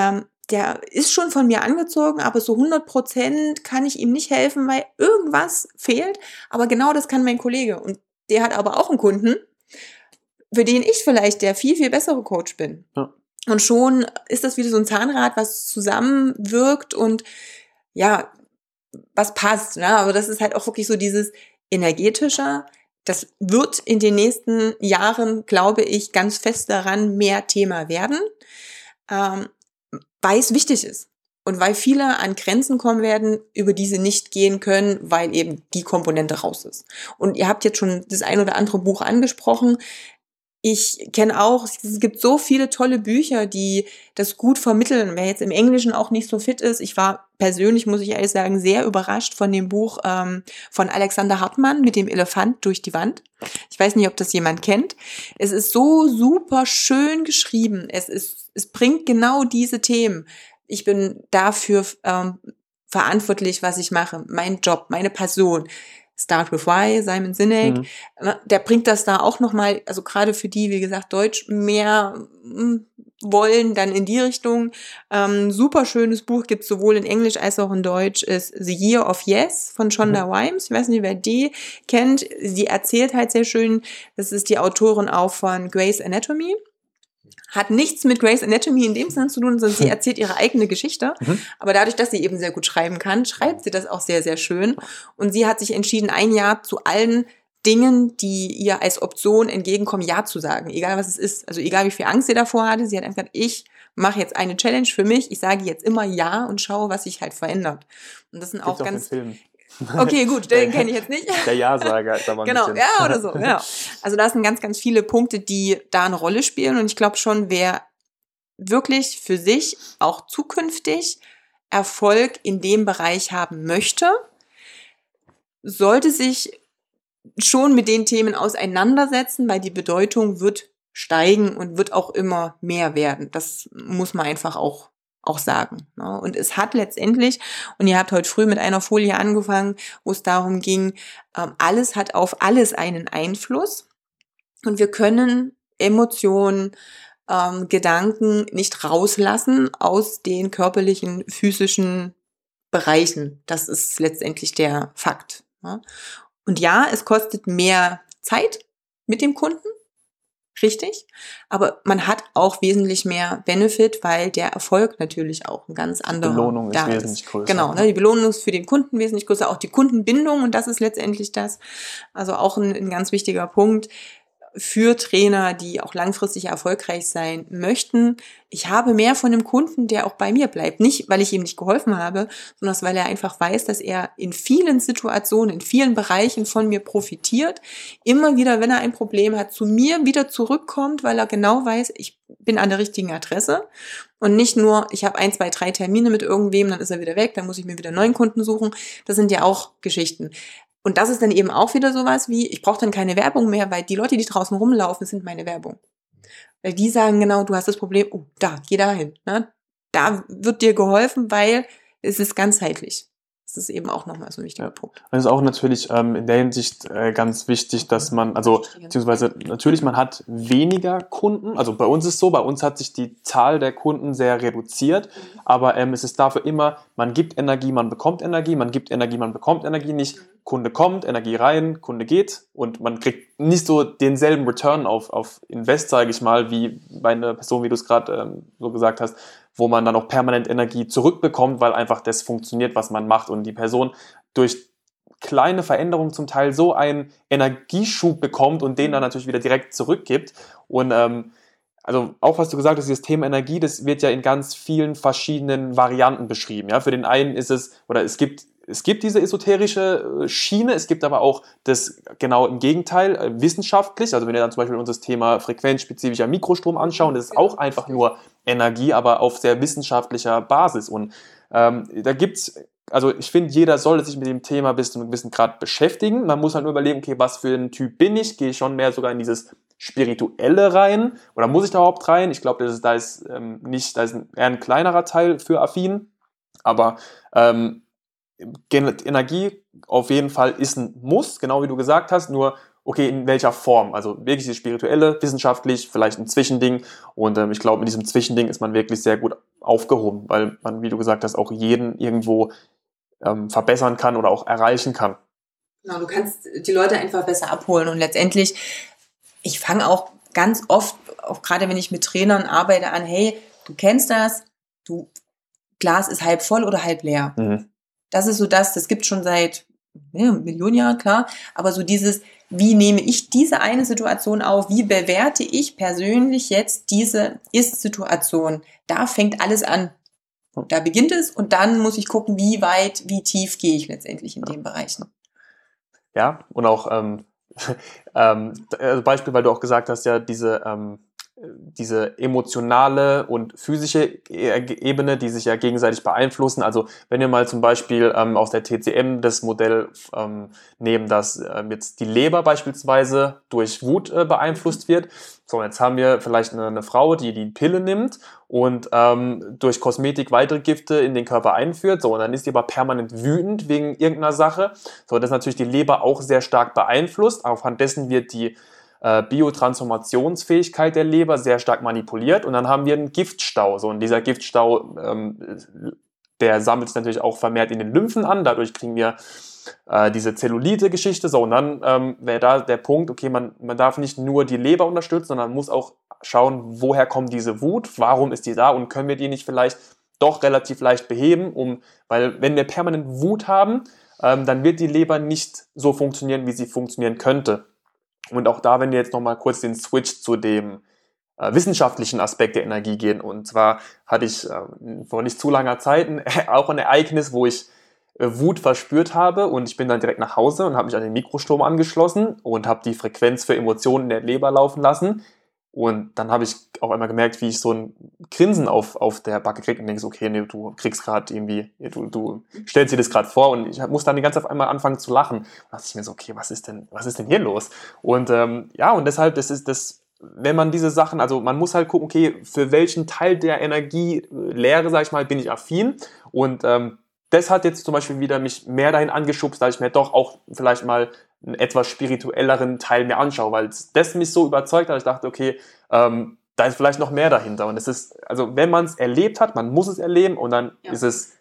der ist schon von mir angezogen, aber so hundert Prozent kann ich ihm nicht helfen, weil irgendwas fehlt. Aber genau das kann mein Kollege. Und der hat aber auch einen Kunden, für den ich vielleicht der viel, viel bessere Coach bin. Ja. Und schon ist das wieder so ein Zahnrad, was zusammenwirkt und ja, was passt. Ne? Aber das ist halt auch wirklich so dieses energetische. Das wird in den nächsten Jahren, glaube ich, ganz fest daran mehr Thema werden, ähm, weil es wichtig ist. Und weil viele an Grenzen kommen werden, über die sie nicht gehen können, weil eben die Komponente raus ist. Und ihr habt jetzt schon das ein oder andere Buch angesprochen. Ich kenne auch, es gibt so viele tolle Bücher, die das gut vermitteln. Wer jetzt im Englischen auch nicht so fit ist, ich war persönlich, muss ich ehrlich sagen, sehr überrascht von dem Buch ähm, von Alexander Hartmann mit dem Elefant durch die Wand. Ich weiß nicht, ob das jemand kennt. Es ist so super schön geschrieben. Es ist, es bringt genau diese Themen. Ich bin dafür ähm, verantwortlich, was ich mache, mein Job, meine Person. Start with Why, Simon Sinek, mhm. der bringt das da auch nochmal, also gerade für die, wie gesagt, Deutsch mehr mh, wollen, dann in die Richtung. Ähm, super schönes Buch, gibt es sowohl in Englisch als auch in Deutsch, ist The Year of Yes von Shonda mhm. Rhimes. Ich weiß nicht, wer die kennt. Sie erzählt halt sehr schön, das ist die Autorin auch von Grey's Anatomy. Hat nichts mit Grey's Anatomy in dem Sinne zu tun, sondern sie erzählt ihre eigene Geschichte. Mhm. Aber dadurch, dass sie eben sehr gut schreiben kann, schreibt sie das auch sehr, sehr schön. Und sie hat sich entschieden, ein Jahr zu allen Dingen, die ihr als Option entgegenkommen, Ja zu sagen. Egal, was es ist. Also egal, wie viel Angst sie davor hatte. Sie hat einfach gesagt, ich mache jetzt eine Challenge für mich. Ich sage jetzt immer Ja und schaue, was sich halt verändert. Und das sind Gibt's auch ganz... Okay, gut, den kenne ich jetzt nicht. Der Ja-Sager ist aber ein Genau, bisschen. ja, oder so, genau. Also da sind ganz, ganz viele Punkte, die da eine Rolle spielen. Und ich glaube schon, wer wirklich für sich auch zukünftig Erfolg in dem Bereich haben möchte, sollte sich schon mit den Themen auseinandersetzen, weil die Bedeutung wird steigen und wird auch immer mehr werden. Das muss man einfach auch auch sagen. Und es hat letztendlich, und ihr habt heute früh mit einer Folie angefangen, wo es darum ging, alles hat auf alles einen Einfluss und wir können Emotionen, ähm, Gedanken nicht rauslassen aus den körperlichen, physischen Bereichen. Das ist letztendlich der Fakt. Und ja, es kostet mehr Zeit mit dem Kunden, richtig, aber man hat auch wesentlich mehr Benefit, weil der Erfolg natürlich auch ein ganz anderer Die Belohnung da ist wesentlich größer. Genau, ne, die Belohnung ist für den Kunden wesentlich größer, auch die Kundenbindung, und das ist letztendlich das, also auch ein, ein ganz wichtiger Punkt für Trainer, die auch langfristig erfolgreich sein möchten. Ich habe mehr von einem Kunden, der auch bei mir bleibt. Nicht, weil ich ihm nicht geholfen habe, sondern weil er einfach weiß, dass er in vielen Situationen, in vielen Bereichen von mir profitiert. Immer wieder, wenn er ein Problem hat, zu mir wieder zurückkommt, weil er genau weiß, ich bin an der richtigen Adresse. Und nicht nur, ich habe ein, zwei, drei Termine mit irgendwem, dann ist er wieder weg, dann muss ich mir wieder einen neuen Kunden suchen. Das sind ja auch Geschichten. Und das ist dann eben auch wieder sowas wie, ich brauche dann keine Werbung mehr, weil die Leute, die draußen rumlaufen, sind meine Werbung. Weil die sagen genau, du hast das Problem, oh, da, geh da hin. Ne? Da wird dir geholfen, weil es ist ganzheitlich. Das ist eben auch nochmal so ein wichtiger ja. Punkt. Und es ist auch natürlich ähm, in der Hinsicht äh, ganz wichtig, dass man, also beziehungsweise natürlich, man hat weniger Kunden. Also bei uns ist es so, bei uns hat sich die Zahl der Kunden sehr reduziert, mhm. aber ähm, es ist dafür immer, man gibt Energie, man bekommt Energie, man gibt Energie, man bekommt Energie, nicht mhm. Kunde kommt, Energie rein, Kunde geht, und man kriegt nicht so denselben Return auf, auf Invest, sage ich mal, wie bei einer Person, wie du es gerade ähm, so gesagt hast, wo man dann auch permanent Energie zurückbekommt, weil einfach das funktioniert, was man macht, und die Person durch kleine Veränderungen zum Teil so einen Energieschub bekommt und den dann natürlich wieder direkt zurückgibt. Und ähm, also auch was du gesagt hast, dieses Thema Energie, das wird ja in ganz vielen verschiedenen Varianten beschrieben. Ja? Für den einen ist es, oder es gibt Es gibt diese esoterische Schiene, es gibt aber auch das genau im Gegenteil, äh, wissenschaftlich. Also wenn wir dann zum Beispiel uns das Thema frequenzspezifischer Mikrostrom anschauen, das ist auch einfach nur Energie, aber auf sehr wissenschaftlicher Basis. Und ähm, da gibt's, also ich finde, jeder sollte sich mit dem Thema bis zu einem gewissen Grad beschäftigen. Man muss halt nur überlegen, okay, was für ein Typ bin ich? Gehe ich schon mehr sogar in dieses Spirituelle rein? Oder muss ich da überhaupt rein? Ich glaube, da ist ähm, nicht, da ist eher ein kleinerer Teil für affin. Aber ähm, Energie auf jeden Fall ist ein Muss, genau wie du gesagt hast, nur okay, in welcher Form? Also wirklich die spirituelle, wissenschaftlich, vielleicht ein Zwischending. Und ähm, ich glaube, mit diesem Zwischending ist man wirklich sehr gut aufgehoben, weil man, wie du gesagt hast, auch jeden irgendwo ähm, verbessern kann oder auch erreichen kann. Genau, du kannst die Leute einfach besser abholen. Und letztendlich, ich fange auch ganz oft, auch gerade wenn ich mit Trainern arbeite, an, hey, du kennst das, du, Glas ist halb voll oder halb leer. Mhm. Das ist so das, das gibt schon seit ja, Millionen Jahren, klar, aber so dieses, wie nehme ich diese eine Situation auf, wie bewerte ich persönlich jetzt diese Ist-Situation, da fängt alles an. Da beginnt es und dann muss ich gucken, wie weit, wie tief gehe ich letztendlich in den Bereichen. Ja, und auch ähm, ähm, also Beispiel, weil du auch gesagt hast, ja, diese, ähm, diese emotionale und physische Ebene, die sich ja gegenseitig beeinflussen. Also wenn wir mal zum Beispiel ähm, aus der T C M das Modell ähm, nehmen, dass ähm, jetzt die Leber beispielsweise durch Wut äh, beeinflusst wird. So, jetzt haben wir vielleicht eine, eine Frau, die die Pille nimmt und ähm, durch Kosmetik weitere Gifte in den Körper einführt. So, und dann ist die aber permanent wütend wegen irgendeiner Sache. So, das ist natürlich die Leber auch sehr stark beeinflusst. Aufgrund dessen wird die äh, Biotransformationsfähigkeit der Leber sehr stark manipuliert. Und dann haben wir einen Giftstau. So, und dieser Giftstau, ähm, der sammelt sich natürlich auch vermehrt in den Lymphen an. Dadurch kriegen wir äh, diese Zellulite-Geschichte. So, und dann ähm, wäre da der Punkt, okay, man, man darf nicht nur die Leber unterstützen, sondern muss auch schauen, woher kommt diese Wut, warum ist die da und können wir die nicht vielleicht doch relativ leicht beheben, um, weil wenn wir permanent Wut haben, ähm, dann wird die Leber nicht so funktionieren, wie sie funktionieren könnte. Und auch da, wenn wir jetzt nochmal kurz den Switch zu dem äh, wissenschaftlichen Aspekt der Energie gehen, und zwar hatte ich äh, vor nicht zu langer Zeit ein, auch ein Ereignis, wo ich äh, Wut verspürt habe und ich bin dann direkt nach Hause und habe mich an den Mikrostrom angeschlossen und habe die Frequenz für Emotionen in der Leber laufen lassen. Und dann habe ich auf einmal gemerkt, wie ich so ein Grinsen auf, auf der Backe kriege und denkst, okay, nee, du kriegst gerade irgendwie, du, du stellst dir das gerade vor und ich muss dann die ganze Zeit auf einmal anfangen zu lachen. Und da dachte ich mir so, okay, was ist denn, was ist denn hier los? Und ähm, ja, und deshalb, das ist das, wenn man diese Sachen, also man muss halt gucken, okay, für welchen Teil der Energielehre, sag ich mal, bin ich affin und ähm, das hat jetzt zum Beispiel wieder mich mehr dahin angeschubst, dass ich mir doch auch vielleicht mal einen etwas spirituelleren Teil mir anschaue, weil das mich so überzeugt hat, ich dachte, okay, ähm, da ist vielleicht noch mehr dahinter. Und es ist, also wenn man es erlebt hat, man muss es erleben und dann ja. ist es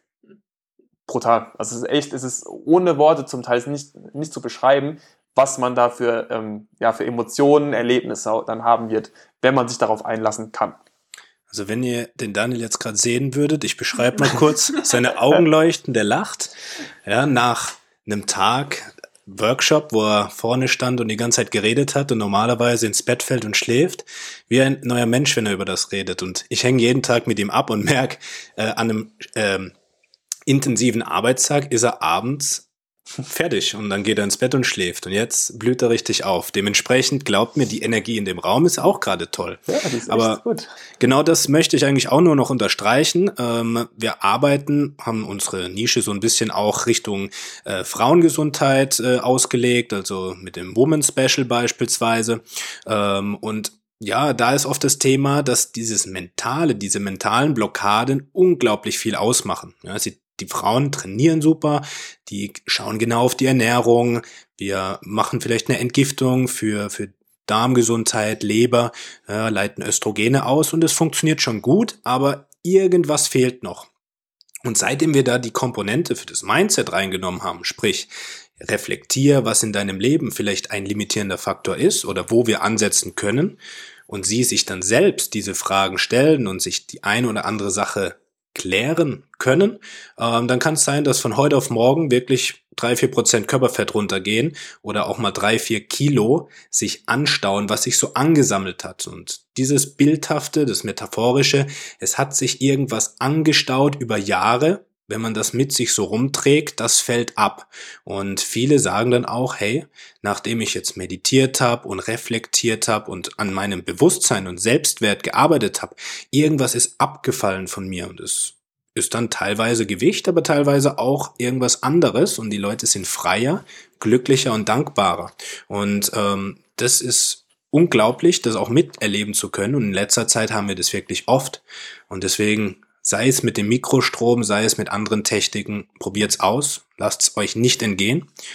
brutal. Also es ist echt, es ist ohne Worte zum Teil nicht, nicht zu beschreiben, was man da für, ähm, ja, für Emotionen, Erlebnisse dann haben wird, wenn man sich darauf einlassen kann. Also wenn ihr den Daniel jetzt gerade sehen würdet, ich beschreibe mal kurz, seine Augen leuchten, der lacht, ja, nach einem Tag Workshop, wo er vorne stand und die ganze Zeit geredet hat und normalerweise ins Bett fällt und schläft, wie ein neuer Mensch, wenn er über das redet. Und ich hänge jeden Tag mit ihm ab und merke, äh, an einem ähm, intensiven Arbeitstag ist er abends fertig und dann geht er ins Bett und schläft und jetzt blüht er richtig auf. Dementsprechend glaubt mir, die Energie in dem Raum ist auch gerade toll. Ja, die ist aber echt gut. Genau das möchte ich eigentlich auch nur noch unterstreichen. Ähm, wir arbeiten, haben unsere Nische so ein bisschen auch Richtung äh, Frauengesundheit äh, ausgelegt, also mit dem Woman Special beispielsweise ähm, und ja, da ist oft das Thema, dass dieses Mentale, diese mentalen Blockaden unglaublich viel ausmachen. Ja, sie Die Frauen trainieren super, die schauen genau auf die Ernährung, wir machen vielleicht eine Entgiftung für, für Darmgesundheit, Leber, ja, leiten Östrogene aus und es funktioniert schon gut, aber irgendwas fehlt noch. Und seitdem wir da die Komponente für das Mindset reingenommen haben, sprich reflektier, was in deinem Leben vielleicht ein limitierender Faktor ist oder wo wir ansetzen können und sie sich dann selbst diese Fragen stellen und sich die eine oder andere Sache klären können, ähm, dann kann es sein, dass von heute auf morgen wirklich drei, vier Prozent Körperfett runtergehen oder auch mal drei, vier Kilo sich anstauen, was sich so angesammelt hat. Und dieses Bildhafte, das Metaphorische, es hat sich irgendwas angestaut über Jahre. Wenn man das mit sich so rumträgt, das fällt ab. Und viele sagen dann auch, hey, nachdem ich jetzt meditiert habe und reflektiert habe und an meinem Bewusstsein und Selbstwert gearbeitet habe, irgendwas ist abgefallen von mir. Und es ist dann teilweise Gewicht, aber teilweise auch irgendwas anderes. Und die Leute sind freier, glücklicher und dankbarer. Und ähm, das ist unglaublich, das auch miterleben zu können. Und in letzter Zeit haben wir das wirklich oft. Und deswegen, sei es mit dem Mikrostrom, sei es mit anderen Techniken, probiert's aus, lasst's euch nicht entgehen.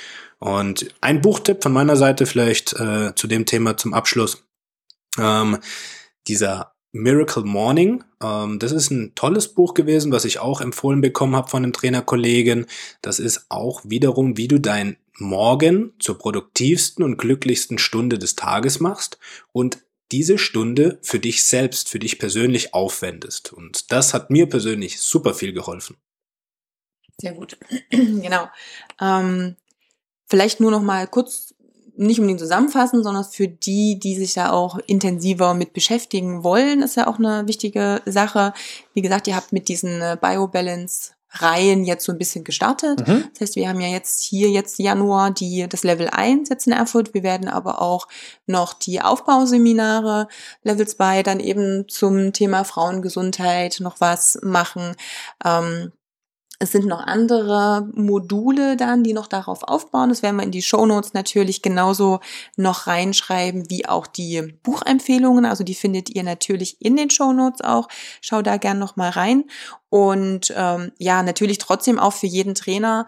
Und ein Buchtipp von meiner Seite vielleicht äh, zu dem Thema zum Abschluss. Ähm, dieser Miracle Morning, ähm, das ist ein tolles Buch gewesen, was ich auch empfohlen bekommen habe von einem Trainerkollegen. Das ist auch wiederum, wie du dein Morgen zur produktivsten und glücklichsten Stunde des Tages machst und diese Stunde für dich selbst, für dich persönlich aufwendest. Und das hat mir persönlich super viel geholfen. Sehr gut. Genau. Ähm, vielleicht nur noch mal kurz, nicht unbedingt zusammenfassen, sondern für die, die sich da auch intensiver mit beschäftigen wollen, ist ja auch eine wichtige Sache. Wie gesagt, ihr habt mit diesen BioBalance-Reihen jetzt so ein bisschen gestartet. Mhm. Das heißt, wir haben ja jetzt hier jetzt Januar die das Level eins jetzt in Erfurt. Wir werden aber auch noch die Aufbauseminare Level zwei dann eben zum Thema Frauengesundheit noch was machen. Ähm, Es sind noch andere Module dann, die noch darauf aufbauen. Das werden wir in die Shownotes natürlich genauso noch reinschreiben, wie auch die Buchempfehlungen. Also die findet ihr natürlich in den Shownotes auch. Schau da gern noch mal rein. Und ähm, ja, natürlich trotzdem auch für jeden Trainer,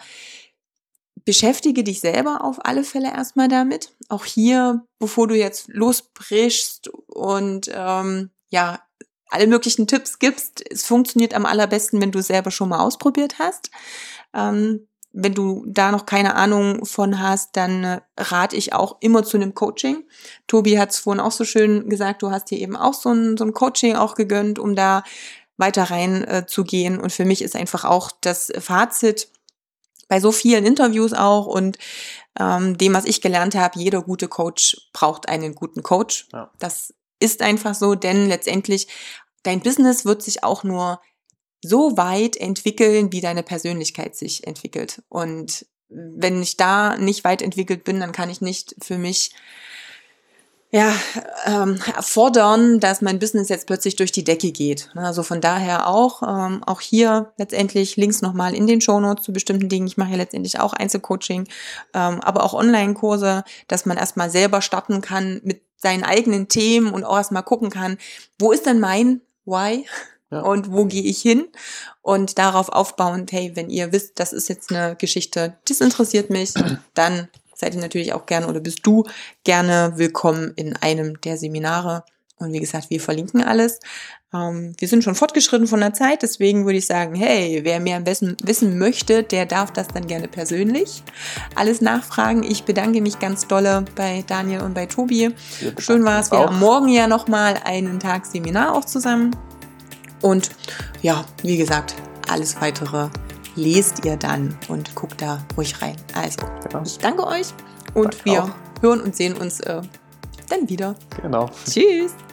beschäftige dich selber auf alle Fälle erstmal damit. Auch hier, bevor du jetzt losbrichst und ähm, ja, alle möglichen Tipps gibst. Es funktioniert am allerbesten, wenn du es selber schon mal ausprobiert hast. Ähm, wenn du da noch keine Ahnung von hast, dann äh, rate ich auch immer zu einem Coaching. Tobi hat es vorhin auch so schön gesagt, du hast dir eben auch so ein, so ein Coaching auch gegönnt, um da weiter rein äh, zu gehen. Und für mich ist einfach auch das Fazit bei so vielen Interviews auch und ähm, dem, was ich gelernt habe, jeder gute Coach braucht einen guten Coach. Ja. Das ist einfach so, denn letztendlich dein Business wird sich auch nur so weit entwickeln, wie deine Persönlichkeit sich entwickelt. Und wenn ich da nicht weit entwickelt bin, dann kann ich nicht für mich ja ähm, fordern, dass mein Business jetzt plötzlich durch die Decke geht. Also von daher auch, ähm, auch hier letztendlich Links nochmal in den Shownotes zu bestimmten Dingen. Ich mache ja letztendlich auch Einzelcoaching, ähm, aber auch Online-Kurse, dass man erstmal selber starten kann mit seinen eigenen Themen und auch erstmal gucken kann, wo ist denn mein Why ja. und wo gehe ich hin? Und darauf aufbauend, hey, wenn ihr wisst, das ist jetzt eine Geschichte, das interessiert mich, dann seid ihr natürlich auch gerne oder bist du gerne willkommen in einem der Seminare. Und wie gesagt, wir verlinken alles. Ähm, wir sind schon fortgeschritten von der Zeit, deswegen würde ich sagen, hey, wer mehr wissen, wissen möchte, der darf das dann gerne persönlich alles nachfragen. Ich bedanke mich ganz dolle bei Daniel und bei Tobi. Schön war es, wir haben morgen ja nochmal einen Tag Seminar auch zusammen. Und ja, wie gesagt, alles Weitere lest ihr dann und guckt da ruhig rein. Also, genau. Ich danke euch und danke wir auch. hören und sehen uns äh, dann wieder. Genau. Tschüss.